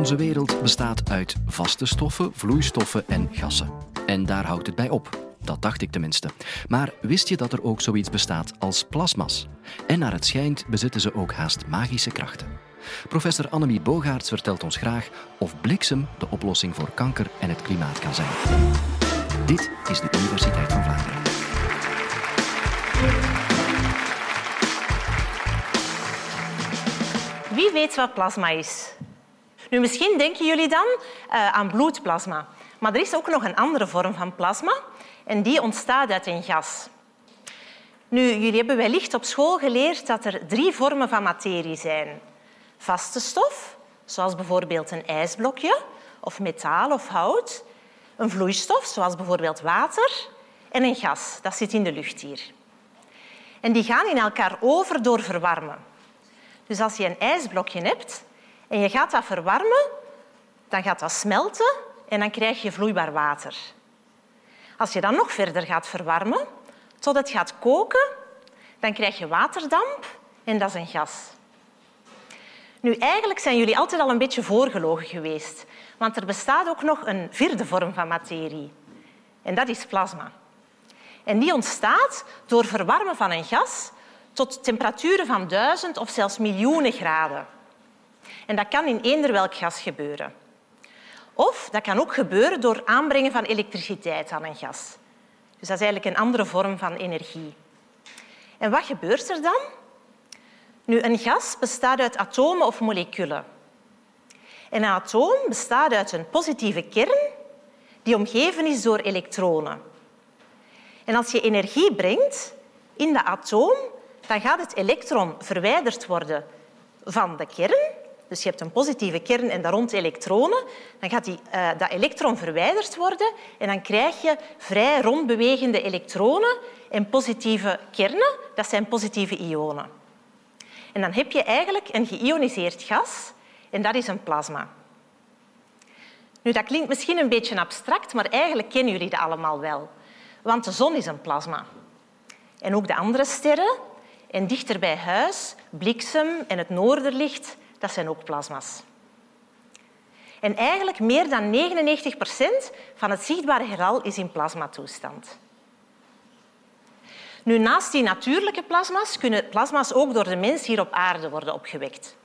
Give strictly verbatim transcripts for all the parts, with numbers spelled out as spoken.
Onze wereld bestaat uit vaste stoffen, vloeistoffen en gassen. En daar houdt het bij op. Dat dacht ik tenminste. Maar wist je dat er ook zoiets bestaat als plasma's? En naar het schijnt bezitten ze ook haast magische krachten. Professor Annemie Bogaerts vertelt ons graag of bliksem de oplossing voor kanker en het klimaat kan zijn. Dit is de Universiteit van Vlaanderen. Wie weet wat plasma is? Nu, misschien denken jullie dan uh, aan bloedplasma. Maar er is ook nog een andere vorm van plasma en die ontstaat uit een gas. Nu, jullie hebben wellicht op school geleerd dat er drie vormen van materie zijn. Vaste stof, zoals bijvoorbeeld een ijsblokje, of metaal of hout. Een vloeistof, zoals bijvoorbeeld water. En een gas, dat zit in de lucht hier. En die gaan in elkaar over door verwarmen. Dus als je een ijsblokje hebt en je gaat dat verwarmen, dan gaat dat smelten en dan krijg je vloeibaar water. Als je dan nog verder gaat verwarmen, tot het gaat koken, dan krijg je waterdamp en dat is een gas. Nu, eigenlijk zijn jullie altijd al een beetje voorgelogen geweest, want er bestaat ook nog een vierde vorm van materie. En dat is plasma. En die ontstaat door verwarmen van een gas tot temperaturen van duizend of zelfs miljoenen graden. En dat kan in eender welk gas gebeuren. Of dat kan ook gebeuren door aanbrengen van elektriciteit aan een gas. Dus dat is eigenlijk een andere vorm van energie. En wat gebeurt er dan? Nu, een gas bestaat uit atomen of moleculen. En een atoom bestaat uit een positieve kern die omgeven is door elektronen. En als je energie brengt in dat atoom, dan gaat het elektron verwijderd worden van de kern. Dus je hebt een positieve kern en daar rond elektronen. Dan gaat die, uh, dat elektron verwijderd worden en dan krijg je vrij rondbewegende elektronen en positieve kernen. Dat zijn positieve ionen. En dan heb je eigenlijk een geïoniseerd gas en dat is een plasma. Nu, dat klinkt misschien een beetje abstract, maar eigenlijk kennen jullie dat allemaal wel. Want de zon is een plasma. En ook de andere sterren. En dichter bij huis, bliksem en het noorderlicht, dat zijn ook plasma's. En eigenlijk meer dan negenennegentig procent van het zichtbare heelal is in plasmatoestand. Nu, naast die natuurlijke plasma's kunnen plasma's ook door de mens hier op aarde worden opgewekt.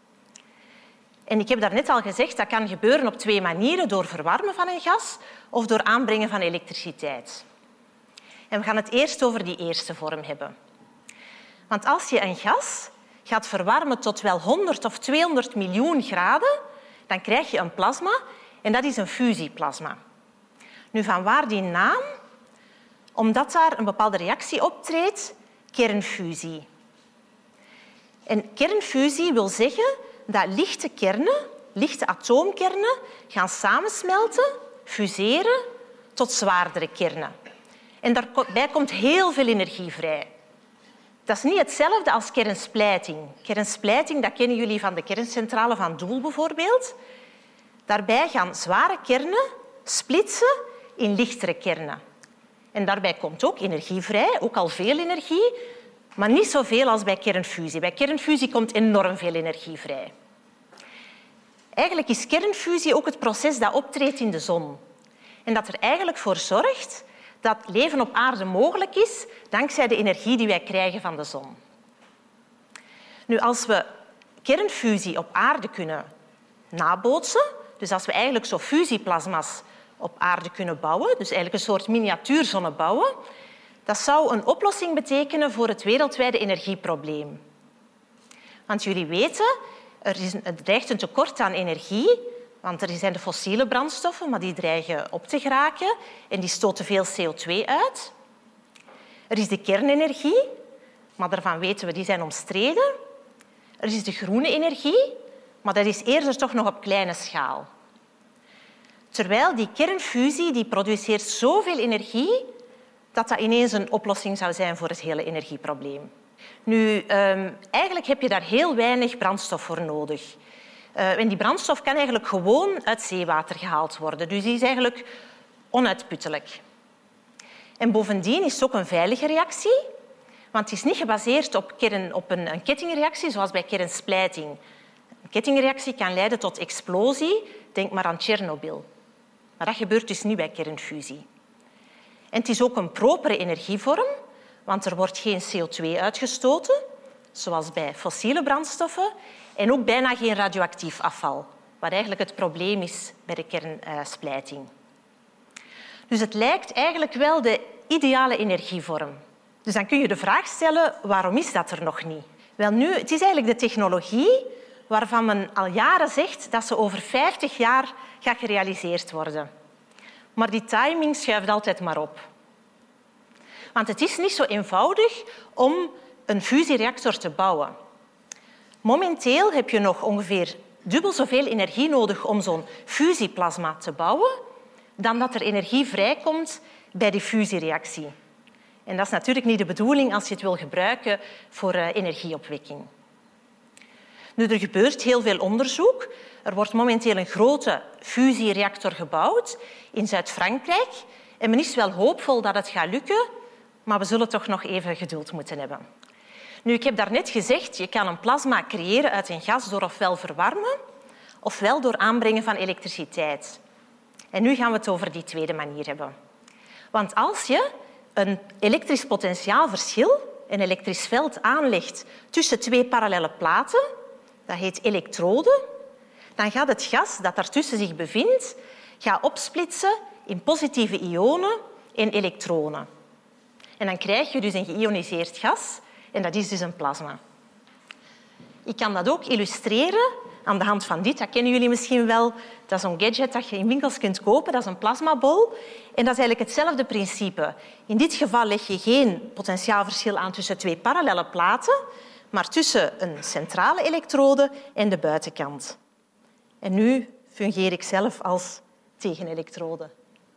En ik heb daarnet al gezegd, dat kan gebeuren op twee manieren, door verwarmen van een gas of door aanbrengen van elektriciteit. En we gaan het eerst over die eerste vorm hebben. Want als je een gas gaat verwarmen tot wel honderd of tweehonderd miljoen graden, dan krijg je een plasma en dat is een fusieplasma. Nu, vanwaar die naam? Omdat daar een bepaalde reactie optreedt, kernfusie. En kernfusie wil zeggen dat lichte kernen, lichte atoomkernen, gaan samensmelten, fuseren tot zwaardere kernen. En daarbij komt heel veel energie vrij. Dat is niet hetzelfde als kernsplijting. Kernsplijting, dat kennen jullie van de kerncentrale van Doel bijvoorbeeld. Daarbij gaan zware kernen splitsen in lichtere kernen. En daarbij komt ook energie vrij, ook al veel energie, maar niet zoveel als bij kernfusie. Bij kernfusie komt enorm veel energie vrij. Eigenlijk is kernfusie ook het proces dat optreedt in de zon. En dat er eigenlijk voor zorgt dat leven op aarde mogelijk is dankzij de energie die wij krijgen van de zon. Nu, als we kernfusie op aarde kunnen nabootsen, dus als we eigenlijk zo fusieplasma's op aarde kunnen bouwen, dus eigenlijk een soort miniatuurzonne bouwen, dat zou een oplossing betekenen voor het wereldwijde energieprobleem. Want jullie weten, er, is, er dreigt een tekort aan energie, want er zijn de fossiele brandstoffen, maar die dreigen op te geraken en die stoten veel C O twee uit. Er is de kernenergie, maar daarvan weten we, die zijn omstreden. Er is de groene energie, maar dat is eerder toch nog op kleine schaal. Terwijl die kernfusie die produceert zoveel energie dat dat ineens een oplossing zou zijn voor het hele energieprobleem. Nu, um, eigenlijk heb je daar heel weinig brandstof voor nodig. Uh, en die brandstof kan eigenlijk gewoon uit zeewater gehaald worden. Dus die is eigenlijk onuitputtelijk. En bovendien is het ook een veilige reactie, want het is niet gebaseerd op, kern, op een, een kettingreactie zoals bij kernsplijting. kettingreactie kan leiden tot explosie. Denk maar aan Tsjernobyl. Maar dat gebeurt dus niet bij kernfusie. En het is ook een propere energievorm, want er wordt geen C O twee uitgestoten, zoals bij fossiele brandstoffen, en ook bijna geen radioactief afval, wat eigenlijk het probleem is bij de kernsplijting. Dus het lijkt eigenlijk wel de ideale energievorm. Dus dan kun je de vraag stellen, waarom is dat er nog niet? Wel nu, het is eigenlijk de technologie waarvan men al jaren zegt dat ze over vijftig jaar gaat gerealiseerd worden. Maar die timing schuift altijd maar op. Want het is niet zo eenvoudig om een fusiereactor te bouwen. Momenteel heb je nog ongeveer dubbel zoveel energie nodig om zo'n fusieplasma te bouwen dan dat er energie vrijkomt bij die fusiereactie. En dat is natuurlijk niet de bedoeling als je het wil gebruiken voor uh, energieopwekking. Nu, er gebeurt heel veel onderzoek. Er wordt momenteel een grote fusiereactor gebouwd in Zuid-Frankrijk. En men is wel hoopvol dat het gaat lukken, maar we zullen toch nog even geduld moeten hebben. Nu, ik heb daarnet gezegd, je kan een plasma creëren uit een gas door ofwel verwarmen, ofwel door aanbrengen van elektriciteit. En nu gaan we het over die tweede manier hebben. Want als je een elektrisch potentiaalverschil, een elektrisch veld, aanlegt tussen twee parallelle platen, dat heet elektroden, dan gaat het gas dat daartussen zich bevindt gaat opsplitsen in positieve ionen en elektronen. En dan krijg je dus een geïoniseerd gas en dat is dus een plasma. Ik kan dat ook illustreren aan de hand van dit. Dat kennen jullie misschien wel. Dat is een gadget dat je in winkels kunt kopen. Dat is een plasmabol. En dat is eigenlijk hetzelfde principe. In dit geval leg je geen potentiaalverschil aan tussen twee parallelle platen, maar tussen een centrale elektrode en de buitenkant. En nu fungeer ik zelf als tegenelektrode.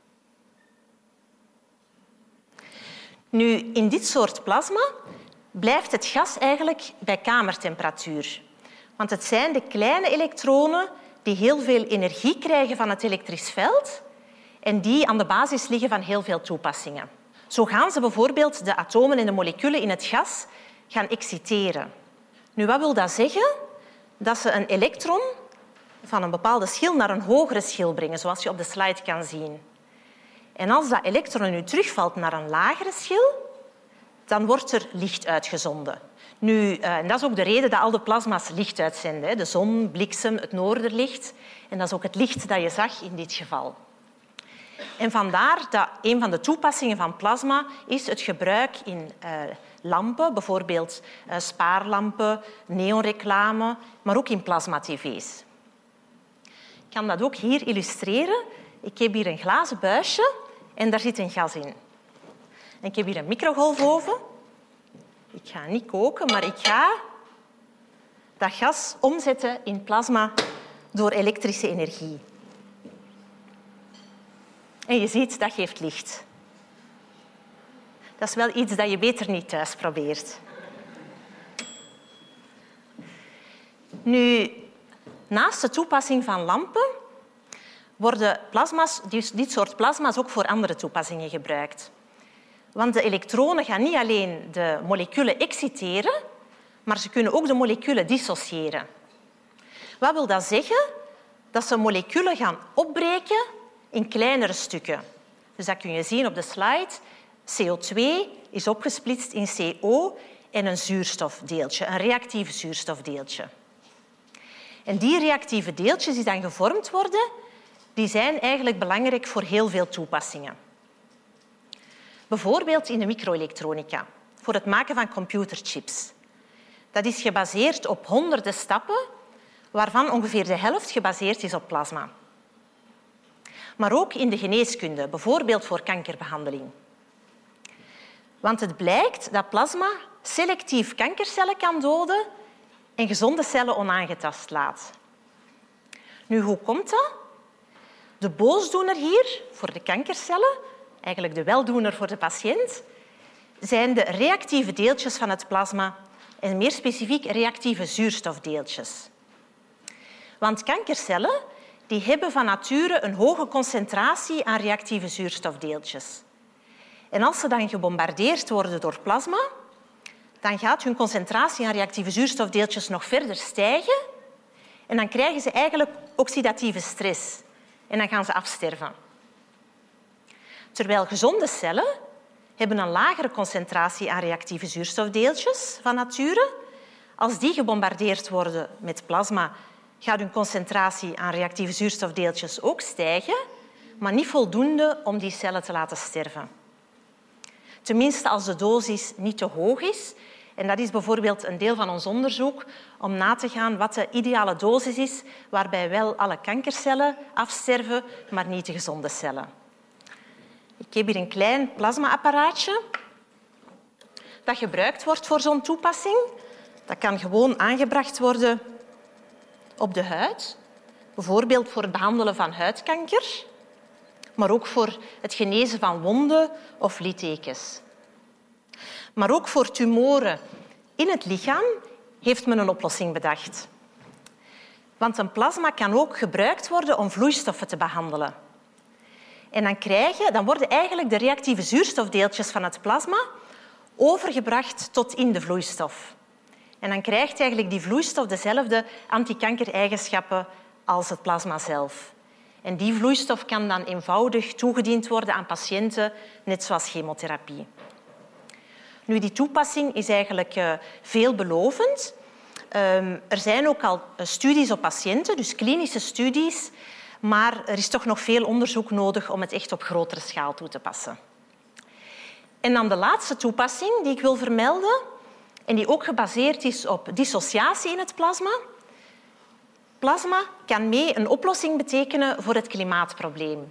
Nu, in dit soort plasma blijft het gas eigenlijk bij kamertemperatuur. Want het zijn de kleine elektronen die heel veel energie krijgen van het elektrisch veld en die aan de basis liggen van heel veel toepassingen. Zo gaan ze bijvoorbeeld de atomen en de moleculen in het gas gaan exciteren. Nu, wat wil dat zeggen? Dat ze een elektron van een bepaalde schil naar een hogere schil brengen, zoals je op de slide kan zien. En als dat elektron nu terugvalt naar een lagere schil, dan wordt er licht uitgezonden. Nu, en dat is ook de reden dat al de plasma's licht uitzenden. De zon, bliksem, het noorderlicht. En dat is ook het licht dat je zag in dit geval. En vandaar dat een van de toepassingen van plasma is het gebruik in uh, lampen, bijvoorbeeld uh, spaarlampen, neonreclame, maar ook in plasma-tv's. Ik kan dat ook hier illustreren. Ik heb hier een glazen buisje en daar zit een gas in. En ik heb hier een microgolfoven. Ik ga niet koken, maar ik ga dat gas omzetten in plasma door elektrische energie. En je ziet, dat geeft licht. Dat is wel iets dat je beter niet thuis probeert. Nu, naast de toepassing van lampen worden plasma's, dit soort plasma's ook voor andere toepassingen gebruikt. Want de elektronen gaan niet alleen de moleculen exciteren, maar ze kunnen ook de moleculen dissociëren. Wat wil dat zeggen? Dat ze moleculen gaan opbreken in kleinere stukken. Dus dat kun je zien op de slide. C O twee is opgesplitst in C O en een zuurstofdeeltje, een reactief zuurstofdeeltje. En die reactieve deeltjes die dan gevormd worden, die zijn eigenlijk belangrijk voor heel veel toepassingen. Bijvoorbeeld in de microelektronica, voor het maken van computerchips. Dat is gebaseerd op honderden stappen, waarvan ongeveer de helft gebaseerd is op plasma. Maar ook in de geneeskunde, bijvoorbeeld voor kankerbehandeling. Want het blijkt dat plasma selectief kankercellen kan doden en gezonde cellen onaangetast laat. Nu, hoe komt dat? De boosdoener hier, voor de kankercellen, eigenlijk de weldoener voor de patiënt, zijn de reactieve deeltjes van het plasma en meer specifiek reactieve zuurstofdeeltjes. Want kankercellen die hebben van nature een hoge concentratie aan reactieve zuurstofdeeltjes. En als ze dan gebombardeerd worden door plasma, dan gaat hun concentratie aan reactieve zuurstofdeeltjes nog verder stijgen En dan krijgen ze eigenlijk oxidatieve stress. En dan gaan ze afsterven. Terwijl gezonde cellen hebben een lagere concentratie aan reactieve zuurstofdeeltjes van nature. Als die gebombardeerd worden met plasma, gaat hun concentratie aan reactieve zuurstofdeeltjes ook stijgen, maar niet voldoende om die cellen te laten sterven. Tenminste, als de dosis niet te hoog is. En dat is bijvoorbeeld een deel van ons onderzoek om na te gaan wat de ideale dosis is, waarbij wel alle kankercellen afsterven, maar niet de gezonde cellen. Ik heb hier een klein plasmaapparaatje dat gebruikt wordt voor zo'n toepassing. Dat kan gewoon aangebracht worden op de huid, bijvoorbeeld voor het behandelen van huidkanker, maar ook voor het genezen van wonden of littekens. Maar ook voor tumoren in het lichaam heeft men een oplossing bedacht. Want een plasma kan ook gebruikt worden om vloeistoffen te behandelen. En dan, krijgen, dan worden eigenlijk de reactieve zuurstofdeeltjes van het plasma overgebracht tot in de vloeistof. En dan krijgt eigenlijk die vloeistof dezelfde antikankereigenschappen als het plasma zelf. En die vloeistof kan dan eenvoudig toegediend worden aan patiënten, net zoals chemotherapie. Nu, die toepassing is eigenlijk uh, veelbelovend. Um, er zijn ook al studies op patiënten, dus klinische studies, maar er is toch nog veel onderzoek nodig om het echt op grotere schaal toe te passen. En dan de laatste toepassing die ik wil vermelden, en die ook gebaseerd is op dissociatie in het plasma. Plasma kan mee een oplossing betekenen voor het klimaatprobleem.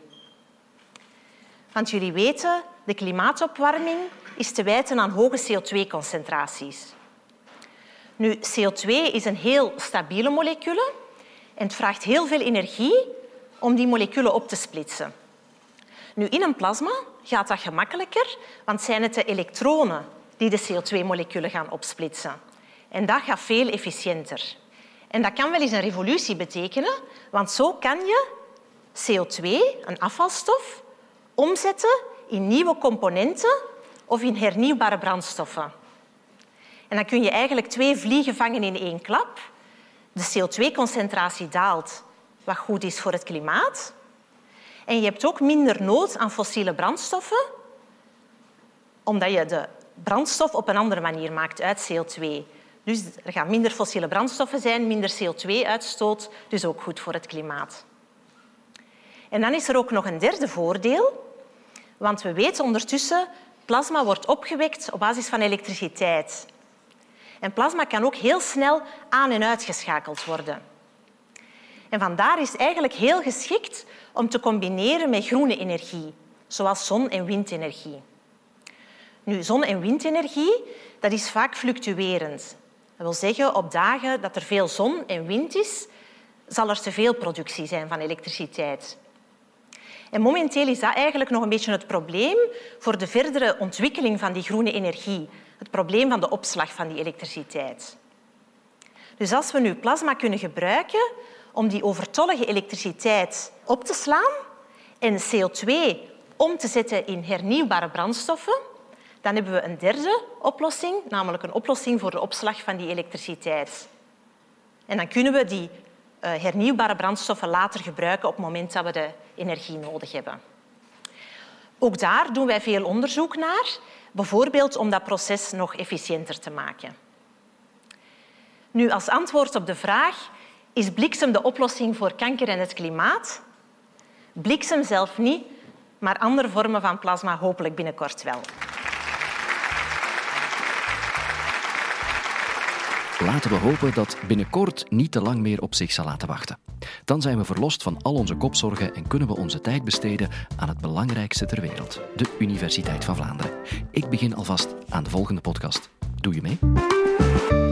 Want jullie weten, de klimaatopwarming is te wijten aan hoge C O twee concentraties. Nu, C O twee is een heel stabiele molecule en het vraagt heel veel energie om die moleculen op te splitsen. Nu, in een plasma gaat dat gemakkelijker, want zijn het de elektronen die de C O twee moleculen gaan opsplitsen. En dat gaat veel efficiënter. En dat kan wel eens een revolutie betekenen, want zo kan je C O twee, een afvalstof, omzetten in nieuwe componenten of in hernieuwbare brandstoffen. En dan kun je eigenlijk twee vliegen vangen in één klap. De C O twee concentratie daalt, wat goed is voor het klimaat. En je hebt ook minder nood aan fossiele brandstoffen, omdat je de brandstof op een andere manier maakt uit C O twee. Dus er gaan minder fossiele brandstoffen zijn, minder C O twee uitstoot, dus ook goed voor het klimaat. En dan is er ook nog een derde voordeel, want we weten ondertussen, plasma wordt opgewekt op basis van elektriciteit. En plasma kan ook heel snel aan- en uitgeschakeld worden. En vandaar is het eigenlijk heel geschikt om te combineren met groene energie, zoals zon- en windenergie. Nu, zon- en windenergie, dat is vaak fluctuerend. Dat wil zeggen, op dagen dat er veel zon en wind is, zal er te veel productie zijn van elektriciteit. En momenteel is dat eigenlijk nog een beetje het probleem voor de verdere ontwikkeling van die groene energie. Het probleem van de opslag van die elektriciteit. Dus als we nu plasma kunnen gebruiken om die overtollige elektriciteit op te slaan en C O twee om te zetten in hernieuwbare brandstoffen, dan hebben we een derde oplossing, namelijk een oplossing voor de opslag van die elektriciteit. En dan kunnen we die uh, hernieuwbare brandstoffen later gebruiken op het moment dat we de energie nodig hebben. Ook daar doen wij veel onderzoek naar, bijvoorbeeld om dat proces nog efficiënter te maken. Nu, als antwoord op de vraag, is bliksem de oplossing voor kanker en het klimaat? Bliksem zelf niet, maar andere vormen van plasma hopelijk binnenkort wel. Laten we hopen dat binnenkort niet te lang meer op zich zal laten wachten. Dan zijn we verlost van al onze kopzorgen en kunnen we onze tijd besteden aan het belangrijkste ter wereld, de Universiteit van Vlaanderen. Ik begin alvast aan de volgende podcast. Doe je mee?